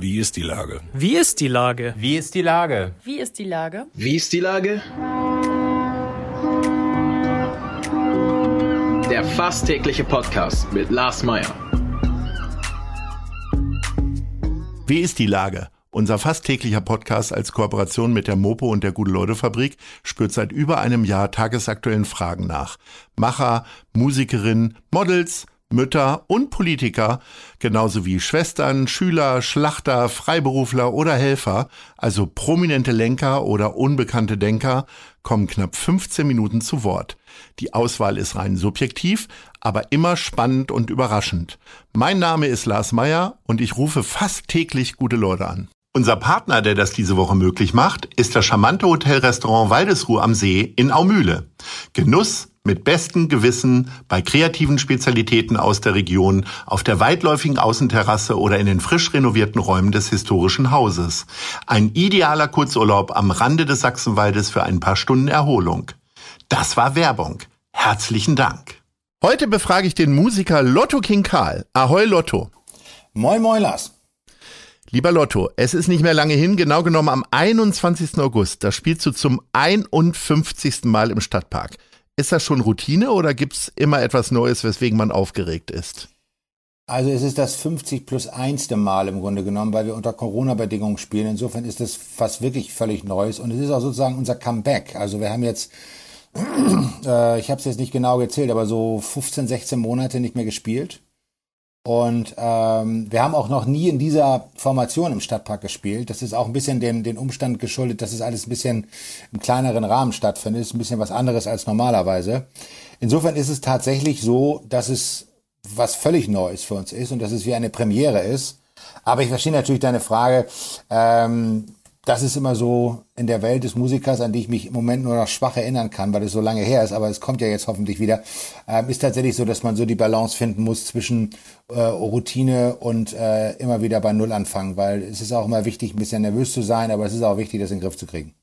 Wie ist die Lage? Wie ist die Lage? Wie ist die Lage? Wie ist die Lage? Wie ist die Lage? Der fast tägliche Podcast mit Lars Meyer. Wie ist die Lage? Unser fast täglicher Podcast als Kooperation mit der Mopo und der Gute-Leute-Fabrik spürt seit über einem Jahr tagesaktuellen Fragen nach. Macher, Musikerinnen, Models, Mütter und Politiker, genauso wie Schwestern, Schüler, Schlachter, Freiberufler oder Helfer, also prominente Lenker oder unbekannte Denker, kommen knapp 15 Minuten zu Wort. Die Auswahl ist rein subjektiv, aber immer spannend und überraschend. Mein Name ist Lars Meyer und ich rufe fast täglich gute Leute an. Unser Partner, der das diese Woche möglich macht, ist das charmante Hotelrestaurant Waldesruh am See in Aumühle. Genuss mit bestem Gewissen bei kreativen Spezialitäten aus der Region, auf der weitläufigen Außenterrasse oder in den frisch renovierten Räumen des historischen Hauses. Ein idealer Kurzurlaub am Rande des Sachsenwaldes für ein paar Stunden Erholung. Das war Werbung. Herzlichen Dank. Heute befrage ich den Musiker Lotto King Karl. Ahoi Lotto. Moin moin Lars. Lieber Lotto, es ist nicht mehr lange hin, genau genommen am 21. August. Da spielst du zum 51. Mal im Stadtpark. Ist das schon Routine oder gibt's immer etwas Neues, weswegen man aufgeregt ist? Also es ist das 50+1. Mal im Grunde genommen, weil wir unter Corona-Bedingungen spielen. Insofern ist das fast wirklich völlig Neues und es ist auch sozusagen unser Comeback. Also wir haben jetzt, ich habe es jetzt nicht genau gezählt, aber so 15, 16 Monate nicht mehr gespielt. Und wir haben auch noch nie in dieser Formation im Stadtpark gespielt. Das ist auch ein bisschen den Umstand geschuldet, dass es alles ein bisschen im kleineren Rahmen stattfindet. Das ist ein bisschen was anderes als normalerweise. Insofern ist es tatsächlich so, dass es was völlig Neues für uns ist und dass es wie eine Premiere ist. Aber ich verstehe natürlich deine Frage. Das ist immer so in der Welt des Musikers, an die ich mich im Moment nur noch schwach erinnern kann, weil es so lange her ist, aber es kommt ja jetzt hoffentlich wieder, ist tatsächlich so, dass man so die Balance finden muss zwischen Routine und immer wieder bei Null anfangen, weil es ist auch immer wichtig, ein bisschen nervös zu sein, aber es ist auch wichtig, das in den Griff zu kriegen.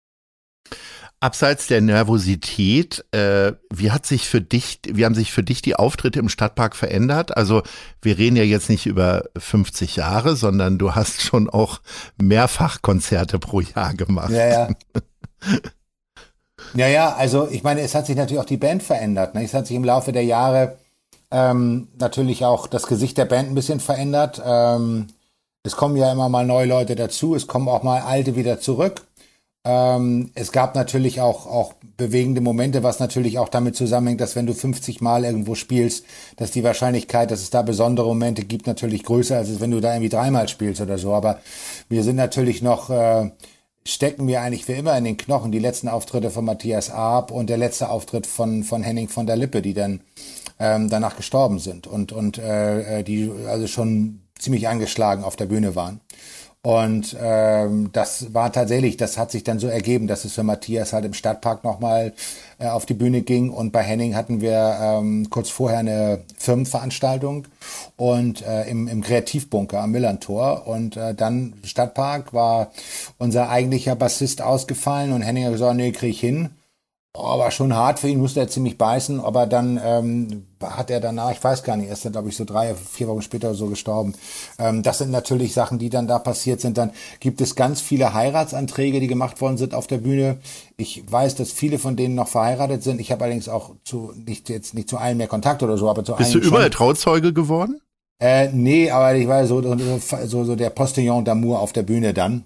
Abseits der Nervosität, wie haben sich für dich die Auftritte im Stadtpark verändert? Also wir reden ja jetzt nicht über 50 Jahre, sondern du hast schon auch mehrfach Konzerte pro Jahr gemacht. Ja. Ja, also ich meine, es hat sich natürlich auch die Band verändert. Ne? Es hat sich im Laufe der Jahre natürlich auch das Gesicht der Band ein bisschen verändert. Es kommen ja immer mal neue Leute dazu, es kommen auch mal alte wieder zurück. Es gab natürlich auch bewegende Momente, was natürlich auch damit zusammenhängt, dass wenn du 50 Mal irgendwo spielst, dass die Wahrscheinlichkeit, dass es da besondere Momente gibt, natürlich größer als wenn du da irgendwie 3-mal spielst oder so. Aber wir sind natürlich noch, stecken wir eigentlich für immer in den Knochen die letzten Auftritte von Matthias Arp und der letzte Auftritt von Henning von der Lippe, die dann danach gestorben sind und die also schon ziemlich angeschlagen auf der Bühne waren. Und das war tatsächlich, das hat sich dann so ergeben, dass es für Matthias halt im Stadtpark nochmal auf die Bühne ging. Und bei Henning hatten wir kurz vorher eine Firmenveranstaltung und im Kreativbunker am Millantor. Und dann Stadtpark war unser eigentlicher Bassist ausgefallen und Henning hat gesagt, nee, krieg ich hin. Oh, war schon hart für ihn, musste er ziemlich beißen, aber dann hat er danach, ich weiß gar nicht, er ist dann, glaube ich, so 3-4 Wochen später so gestorben. Das sind natürlich Sachen, die dann da passiert sind. Dann gibt es ganz viele Heiratsanträge, die gemacht worden sind auf der Bühne. Ich weiß, dass viele von denen noch verheiratet sind. Ich habe allerdings auch nicht zu allen mehr Kontakt oder so, aber zu Bist allen du überall Trauzeuge geworden? Nee, aber ich war so der Postillon d'amour auf der Bühne dann.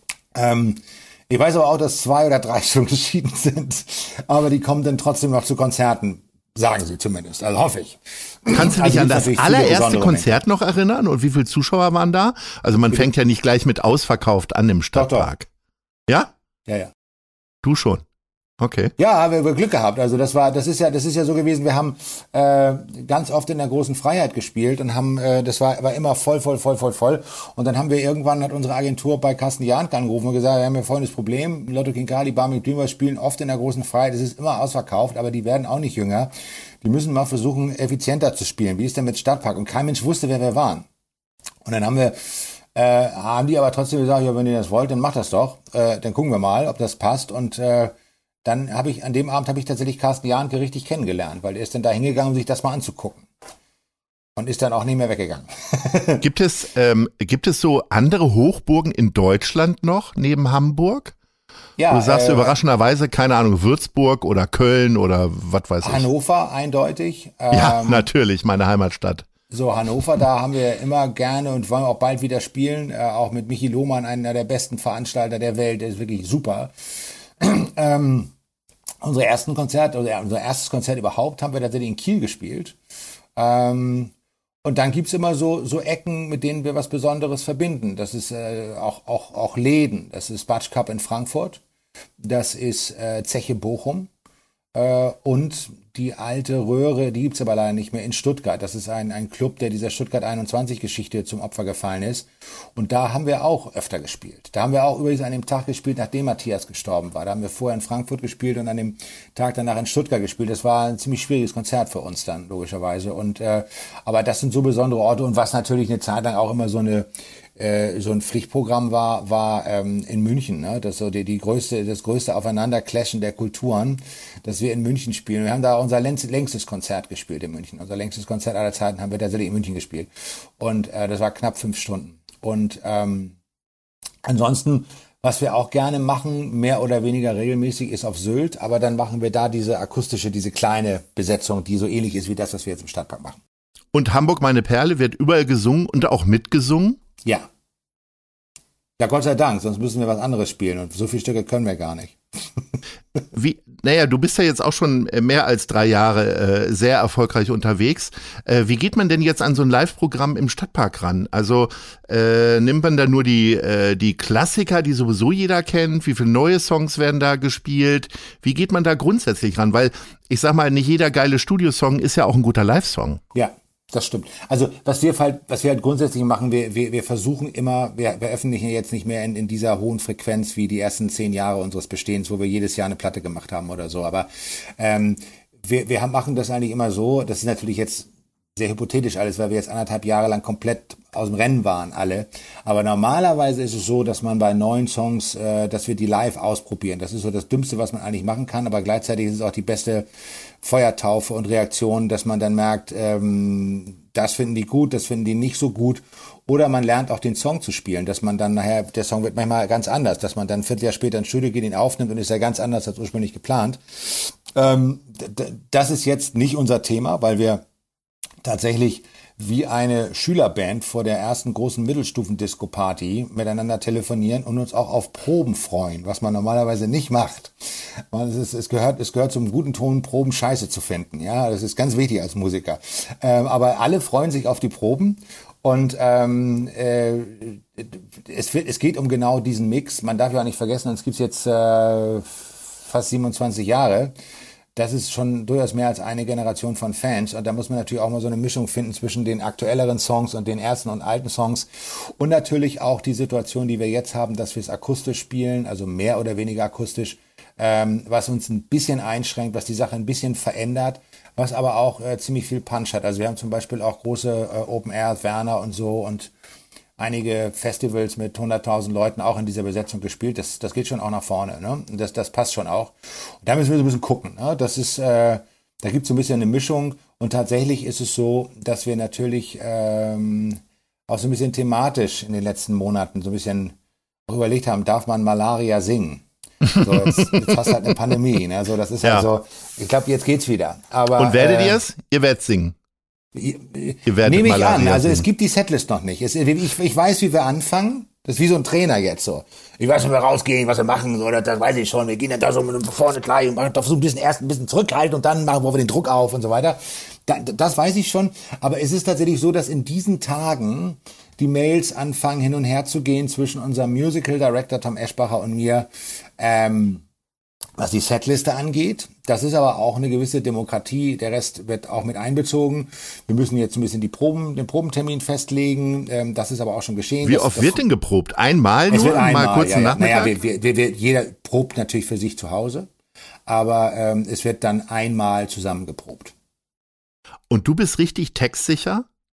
Ich weiß aber auch, dass 2 oder 3 schon geschieden sind, aber die kommen dann trotzdem noch zu Konzerten, sagen sie zumindest, also hoffe ich. Kannst du dich an das allererste Konzert noch erinnern und wie viele Zuschauer waren da? Also man fängt ja nicht gleich mit ausverkauft an im Stadtpark. Doch. Ja? Ja. Du schon? Okay. Ja, wir haben Glück gehabt. Also das ist ja so gewesen. Wir haben ganz oft in der großen Freiheit gespielt und haben, das war immer voll. Und dann haben wir irgendwann, hat unsere Agentur bei Carsten Janke angerufen und gesagt, wir haben ja folgendes Problem. Lotto King Karl, die Barmig Blümler spielen oft in der großen Freiheit. Es ist immer ausverkauft, aber die werden auch nicht jünger. Die müssen mal versuchen, effizienter zu spielen. Wie ist denn mit Stadtpark? Und kein Mensch wusste, wer wir waren. Und dann haben die aber trotzdem gesagt, ja, wenn ihr das wollt, dann macht das doch. Dann gucken wir mal, ob das passt. Und dann an dem Abend habe ich tatsächlich Carsten Janke richtig kennengelernt, weil er ist dann da hingegangen, um sich das mal anzugucken. und ist dann auch nicht mehr weggegangen. Gibt es so andere Hochburgen in Deutschland noch neben Hamburg? Ja, du sagst überraschenderweise, keine Ahnung, Würzburg oder Köln oder was weiß ich. Hannover eindeutig. Ja, natürlich, meine Heimatstadt. So, Hannover, da haben wir immer gerne und wollen auch bald wieder spielen. Auch mit Michi Lohmann, einer der besten Veranstalter der Welt, der ist wirklich super. Unser erstes Konzert überhaupt haben wir tatsächlich in Kiel gespielt. Und dann gibt's immer so Ecken, mit denen wir was Besonderes verbinden. Das ist auch Läden. Das ist Batsch Cup in Frankfurt. Das ist Zeche Bochum. Und die alte Röhre, die gibt's aber leider nicht mehr, in Stuttgart. Das ist ein Club, der dieser Stuttgart 21-Geschichte zum Opfer gefallen ist. Und da haben wir auch öfter gespielt. Da haben wir auch übrigens an dem Tag gespielt, nachdem Matthias gestorben war. Da haben wir vorher in Frankfurt gespielt und an dem Tag danach in Stuttgart gespielt. Das war ein ziemlich schwieriges Konzert für uns dann, logischerweise. Und aber das sind so besondere Orte. Und was natürlich eine Zeit lang auch immer so ein Pflichtprogramm war in München, ne? Das so das größte Aufeinanderclashen der Kulturen, dass wir in München spielen. Wir haben da unser längstes Konzert gespielt in München. Unser längstes Konzert aller Zeiten haben wir tatsächlich in München gespielt. Und das war knapp 5 Stunden. Und ansonsten, was wir auch gerne machen, mehr oder weniger regelmäßig, ist auf Sylt. Aber dann machen wir da diese kleine Besetzung, die so ähnlich ist wie das, was wir jetzt im Stadtpark machen. Und Hamburg, meine Perle, wird überall gesungen und auch mitgesungen? Ja. Ja, Gott sei Dank, sonst müssen wir was anderes spielen und so viele Stücke können wir gar nicht. Du bist ja jetzt auch schon mehr als 3 Jahre sehr erfolgreich unterwegs. Wie geht man denn jetzt an so ein Live-Programm im Stadtpark ran? Also nimmt man da nur die Klassiker, die sowieso jeder kennt? Wie viele neue Songs werden da gespielt? Wie geht man da grundsätzlich ran? Weil ich sag mal, nicht jeder geile Studiosong ist ja auch ein guter Live-Song. Ja. Das stimmt. Also was wir halt grundsätzlich machen, wir versuchen immer, wir veröffentlichen jetzt nicht mehr in dieser hohen Frequenz wie die ersten 10 Jahre unseres Bestehens, wo wir jedes Jahr eine Platte gemacht haben oder so. Aber wir machen das eigentlich immer so, das ist natürlich jetzt sehr hypothetisch alles, weil wir jetzt 1,5 Jahre lang komplett aus dem Rennen waren alle. Aber normalerweise ist es so, dass man bei neuen Songs, dass wir die live ausprobieren. Das ist so das Dümmste, was man eigentlich machen kann, aber gleichzeitig ist es auch die beste Feuertaufe und Reaktion, dass man dann merkt, das finden die gut, das finden die nicht so gut. Oder man lernt auch den Song zu spielen, dass man dann nachher, der Song wird manchmal ganz anders, dass man dann ein Vierteljahr später ins Studio geht, ihn aufnimmt und ist ja ganz anders als ursprünglich geplant. Das ist jetzt nicht unser Thema, weil wir tatsächlich wie eine Schülerband vor der ersten großen Mittelstufen-Disco-Party miteinander telefonieren und uns auch auf Proben freuen, was man normalerweise nicht macht. Es gehört zum guten Ton, Proben scheiße zu finden. Ja, das ist ganz wichtig als Musiker. Aber alle freuen sich auf die Proben. Und es geht um genau diesen Mix. Man darf ja auch nicht vergessen, uns gibt's jetzt fast 27 Jahre. Das ist schon durchaus mehr als eine Generation von Fans. Und da muss man natürlich auch mal so eine Mischung finden zwischen den aktuelleren Songs und den ersten und alten Songs. Und natürlich auch die Situation, die wir jetzt haben, dass wir es akustisch spielen, also mehr oder weniger akustisch, was uns ein bisschen einschränkt, was die Sache ein bisschen verändert, was aber auch ziemlich viel Punch hat. Also wir haben zum Beispiel auch große Open Air, Werner und so und einige Festivals mit 100.000 Leuten auch in dieser Besetzung gespielt. Das geht schon auch nach vorne, ne? Das passt schon auch. Und da müssen wir so ein bisschen gucken, ne? Das ist, da gibt's so ein bisschen eine Mischung. Und tatsächlich ist es so, dass wir natürlich auch so ein bisschen thematisch in den letzten Monaten so ein bisschen auch überlegt haben, darf man Malaria singen? So, jetzt hast du halt eine Pandemie, ne? So, das ist ja so, ich glaube, jetzt geht's wieder. Aber, und werdet ihr es? Ihr werdet singen. Nehme ich an, also es gibt die Setlist noch nicht. Ich weiß, wie wir anfangen. Das ist wie so ein Trainer jetzt so. Ich weiß, wenn wir rausgehen, was wir machen, so, das weiß ich schon. Wir gehen dann da so vorne gleich und machen so ein bisschen zurückhalten und dann machen wir den Druck auf und so weiter. Das weiß ich schon. Aber es ist tatsächlich so, dass in diesen Tagen die Mails anfangen hin und her zu gehen zwischen unserem Musical Director Tom Eschbacher und mir, was die Setliste angeht. Das ist aber auch eine gewisse Demokratie. Der Rest wird auch mit einbezogen. Wir müssen jetzt ein bisschen den Probentermin festlegen. Das ist aber auch schon geschehen. Wie oft wird denn geprobt? Einmal nur? Mal kurz einen Nachmittag? Naja, jeder probt natürlich für sich zu Hause. Aber es wird dann einmal zusammen geprobt. Und du bist richtig textsicher?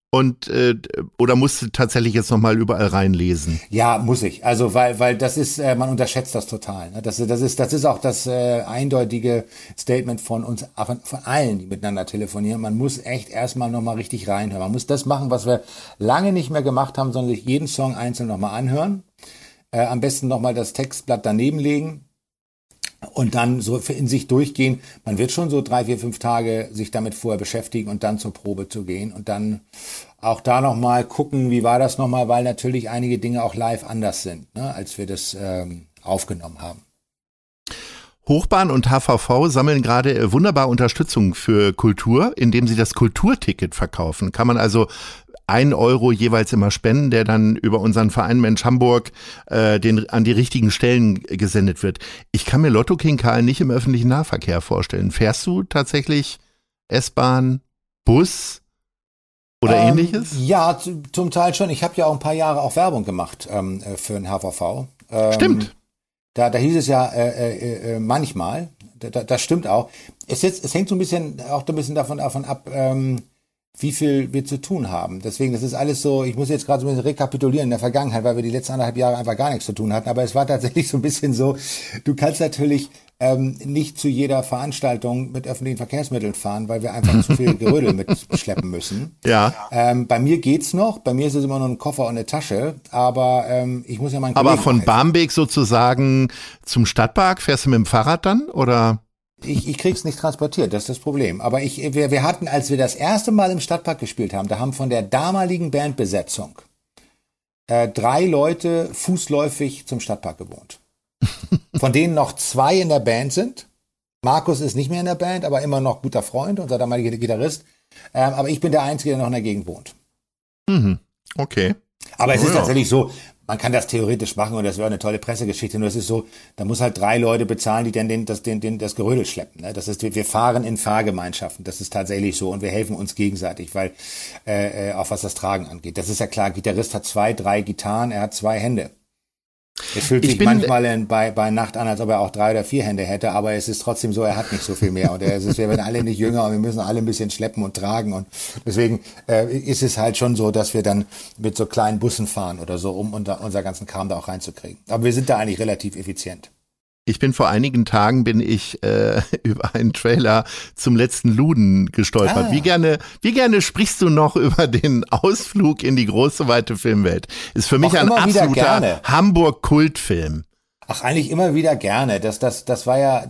Und oder musst du tatsächlich jetzt nochmal überall reinlesen? Ja, muss ich. Also weil das ist, man unterschätzt das total. Ne? Das ist auch das eindeutige Statement von uns, von allen, die miteinander telefonieren. Man muss echt erstmal nochmal richtig reinhören. Man muss das machen, was wir lange nicht mehr gemacht haben, sondern sich jeden Song einzeln nochmal anhören. Am besten nochmal das Textblatt daneben legen. Und dann so in sich durchgehen. Man wird schon so 3, 4, 5 Tage sich damit vorher beschäftigen und dann zur Probe zu gehen und dann auch da nochmal gucken, wie war das nochmal, weil natürlich einige Dinge auch live anders sind, ne, als wir das aufgenommen haben. Hochbahn und HVV sammeln gerade wunderbar Unterstützung für Kultur, indem sie das Kulturticket verkaufen. Kann man also 1 Euro jeweils immer spenden, der dann über unseren Verein Mensch Hamburg an die richtigen Stellen gesendet wird. Ich kann mir Lotto King Karl nicht im öffentlichen Nahverkehr vorstellen. Fährst du tatsächlich S-Bahn, Bus oder ähnliches? Ja, zum Teil schon. Ich habe ja auch ein paar Jahre auch Werbung gemacht für den HVV. Stimmt. Da hieß es ja manchmal, das stimmt auch. Es hängt so ein bisschen davon ab, wie viel wir zu tun haben. Deswegen, das ist alles so, ich muss jetzt gerade so ein bisschen rekapitulieren in der Vergangenheit, weil wir die letzten 1,5 Jahre einfach gar nichts zu tun hatten. Aber es war tatsächlich so ein bisschen so, du kannst natürlich nicht zu jeder Veranstaltung mit öffentlichen Verkehrsmitteln fahren, weil wir einfach zu viel Gerödel mitschleppen müssen. Ja. Bei mir geht's noch, bei mir ist es immer nur ein Koffer und eine Tasche, aber ich muss ja meinen Kollegen Aber von Barmbek sozusagen zum Stadtpark, fährst du mit dem Fahrrad dann, oder? Ich krieg's nicht transportiert, das ist das Problem. Aber wir hatten, als wir das erste Mal im Stadtpark gespielt haben, da haben von der damaligen Bandbesetzung 3 Leute fußläufig zum Stadtpark gewohnt. Von denen noch 2 in der Band sind. Markus ist nicht mehr in der Band, aber immer noch guter Freund, unser damaliger Gitarrist. Aber ich bin der Einzige, der noch in der Gegend wohnt. Mhm. Okay. Aber es ist tatsächlich so, man kann das theoretisch machen und das wäre eine tolle Pressegeschichte, nur es ist so, da muss halt 3 Leute bezahlen, die dann das Gerödel schleppen. Ne? Das ist, wir fahren in Fahrgemeinschaften, das ist tatsächlich so und wir helfen uns gegenseitig, weil auch was das Tragen angeht. Das ist ja klar, Gitarrist hat 2, 3 Gitarren, er hat 2 Hände. Es fühlt sich manchmal bei Nacht an, als ob er auch 3 oder 4 Hände hätte, aber es ist trotzdem so, er hat nicht so viel mehr und wir werden alle nicht jünger und wir müssen alle ein bisschen schleppen und tragen und deswegen ist es halt schon so, dass wir dann mit so kleinen Bussen fahren oder so, um unser ganzen Kram da auch reinzukriegen. Aber wir sind da eigentlich relativ effizient. Vor einigen Tagen bin ich über einen Trailer zum letzten Luden gestolpert. Wie gerne sprichst du noch über den Ausflug in die große, weite Filmwelt? Ist für mich ein absoluter Hamburg-Kultfilm. Ach, eigentlich immer wieder gerne. Das ist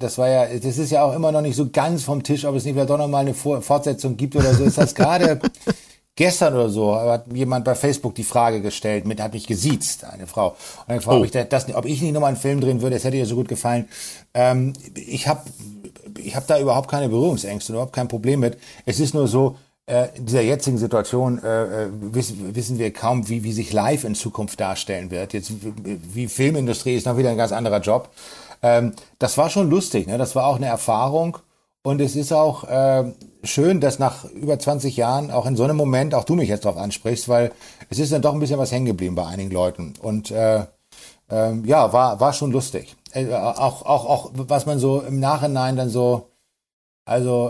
ja auch immer noch nicht so ganz vom Tisch, ob es nicht vielleicht doch noch mal eine Fortsetzung gibt oder so. Ist das gerade gestern oder so hat jemand bei Facebook die Frage gestellt, hat mich gesiezt, eine Frau. Und dann gefragt, ob ich nicht nochmal einen Film drehen würde, das hätte ihr so gut gefallen. Ich hab da überhaupt keine Berührungsängste, überhaupt kein Problem mit. Es ist nur so, in dieser jetzigen Situation wissen wir kaum, wie sich live in Zukunft darstellen wird. Jetzt, wie Filmindustrie ist noch wieder ein ganz anderer Job. Das war schon lustig, ne? Das war auch eine Erfahrung. Und es ist auch schön, dass nach über 20 Jahren auch in so einem Moment auch du mich jetzt drauf ansprichst, weil es ist dann doch ein bisschen was hängen geblieben bei einigen Leuten. Und war schon lustig. Auch was man so im Nachhinein dann so, also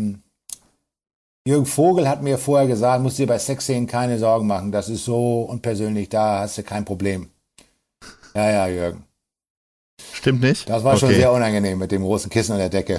Jürgen Vogel hat mir vorher gesagt, musst dir bei Sexszenen keine Sorgen machen, das ist so unpersönlich, da hast du kein Problem. Ja, Jürgen. Stimmt nicht? Das war schon sehr unangenehm mit dem großen Kissen an der Decke.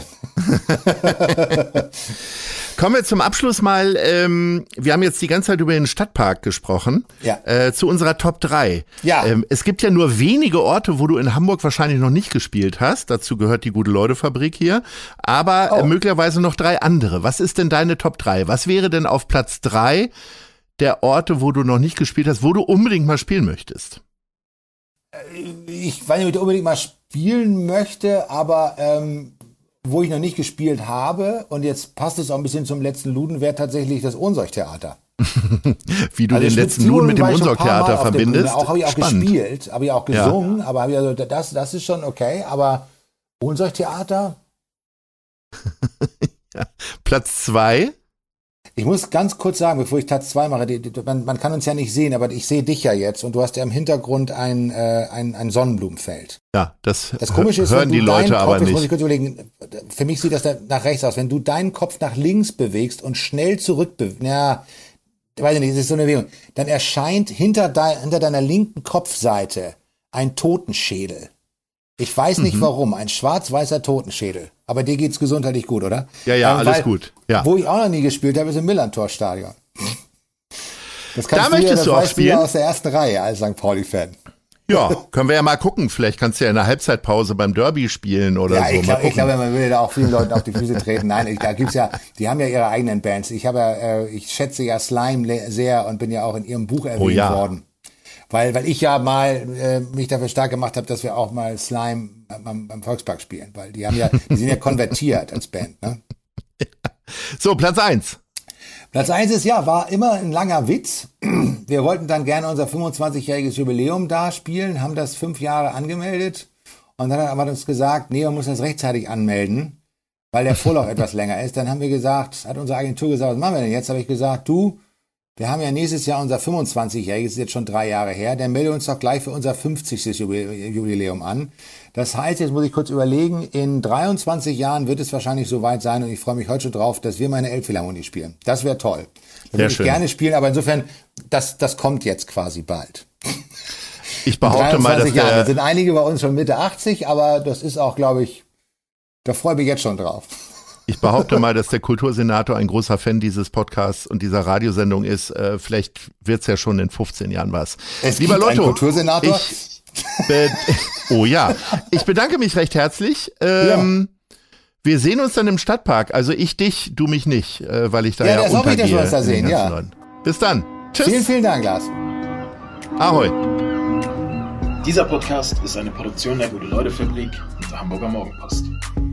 Kommen wir zum Abschluss mal. Wir haben jetzt die ganze Zeit über den Stadtpark gesprochen. Ja. Zu unserer Top 3. Ja. Es gibt ja nur wenige Orte, wo du in Hamburg wahrscheinlich noch nicht gespielt hast. Dazu gehört die Gute-Leute-Fabrik hier. Aber möglicherweise noch 3 andere. Was ist denn deine Top 3? Was wäre denn auf Platz 3 der Orte, wo du noch nicht gespielt hast, wo du unbedingt mal spielen möchtest? Ich weiß nicht, ob ich unbedingt mal spielen möchte, aber wo ich noch nicht gespielt habe, und jetzt passt es auch ein bisschen zum letzten Luden, wäre tatsächlich das Ohnsorg-Theater. Wie du den letzten Luden mit dem Ohnsorg-Theater verbindest. Habe ich auch gespielt, habe ich auch gesungen, aber das ist schon okay, aber Ohnsorg-Theater? Ja. Platz 2? Ich muss ganz kurz sagen, bevor ich Platz 2 mache, man kann uns ja nicht sehen, aber ich sehe dich ja jetzt und du hast ja im Hintergrund ein Sonnenblumenfeld. Ja, das Komische ist, hören die Leute aber nicht. Muss ich kurz überlegen, für mich sieht das nach rechts aus. Wenn du deinen Kopf nach links bewegst und schnell zurück bewegst, weiß ich nicht, es ist so eine Bewegung, dann erscheint hinter deiner linken Kopfseite ein Totenschädel. Ich weiß nicht warum, ein schwarz-weißer Totenschädel. Aber dir geht's gesundheitlich gut, oder? Ja, alles gut. Ja. Wo ich auch noch nie gespielt habe, ist im Millantor-Stadion. Das Da möchtest du auch spielen? Aus der ersten Reihe als St. Pauli-Fan. Ja, können wir ja mal gucken. Vielleicht kannst du ja in der Halbzeitpause beim Derby spielen oder so. Ich glaube, man würde da auch vielen Leuten auf die Füße treten. Nein, da gibt's ja, die haben ja ihre eigenen Bands. Ich schätze ja Slime sehr und bin ja auch in ihrem Buch erwähnt worden. Weil ich ja mal mich dafür stark gemacht habe, dass wir auch mal Slime beim Volkspark spielen, weil die sind ja konvertiert als Band, ne? So, Platz 1. Platz 1 ist war immer ein langer Witz. Wir wollten dann gerne unser 25-jähriges Jubiläum da spielen, haben das 5 Jahre angemeldet und dann hat man uns gesagt, nee, man muss das rechtzeitig anmelden, weil der Vorlauf etwas länger ist. Dann haben wir gesagt, hat unsere Agentur gesagt, was machen wir denn jetzt? Habe ich gesagt, wir haben ja nächstes Jahr unser 25-jähriges, ist jetzt schon 3 Jahre her, dann melde uns doch gleich für unser 50. Jubiläum an. Das heißt, jetzt muss ich kurz überlegen, in 23 Jahren wird es wahrscheinlich soweit sein und ich freue mich heute schon drauf, dass wir meine Elbphilharmonie spielen. Das wäre toll. Da würde ich gerne spielen, aber insofern, das kommt jetzt quasi bald. Ich behaupte mal, dass da sind einige bei uns schon Mitte 80, aber das ist auch, glaube ich, da freue ich mich jetzt schon drauf. Ich behaupte mal, dass der Kultursenator ein großer Fan dieses Podcasts und dieser Radiosendung ist. Vielleicht wird's ja schon in 15 Jahren was. Lieber Lotto, ein Kultursenator? Oh ja, ich bedanke mich recht herzlich. Wir sehen uns dann im Stadtpark. Also ich dich, du mich nicht, weil ich da ja untergehe. Ja, das hoffe ich, dass wir uns da sehen, ja. Bis dann. Tschüss. Vielen, vielen Dank, Lars. Ahoi. Dieser Podcast ist eine Produktion der Gute-Leute-Fabrik und der Hamburger Morgenpost.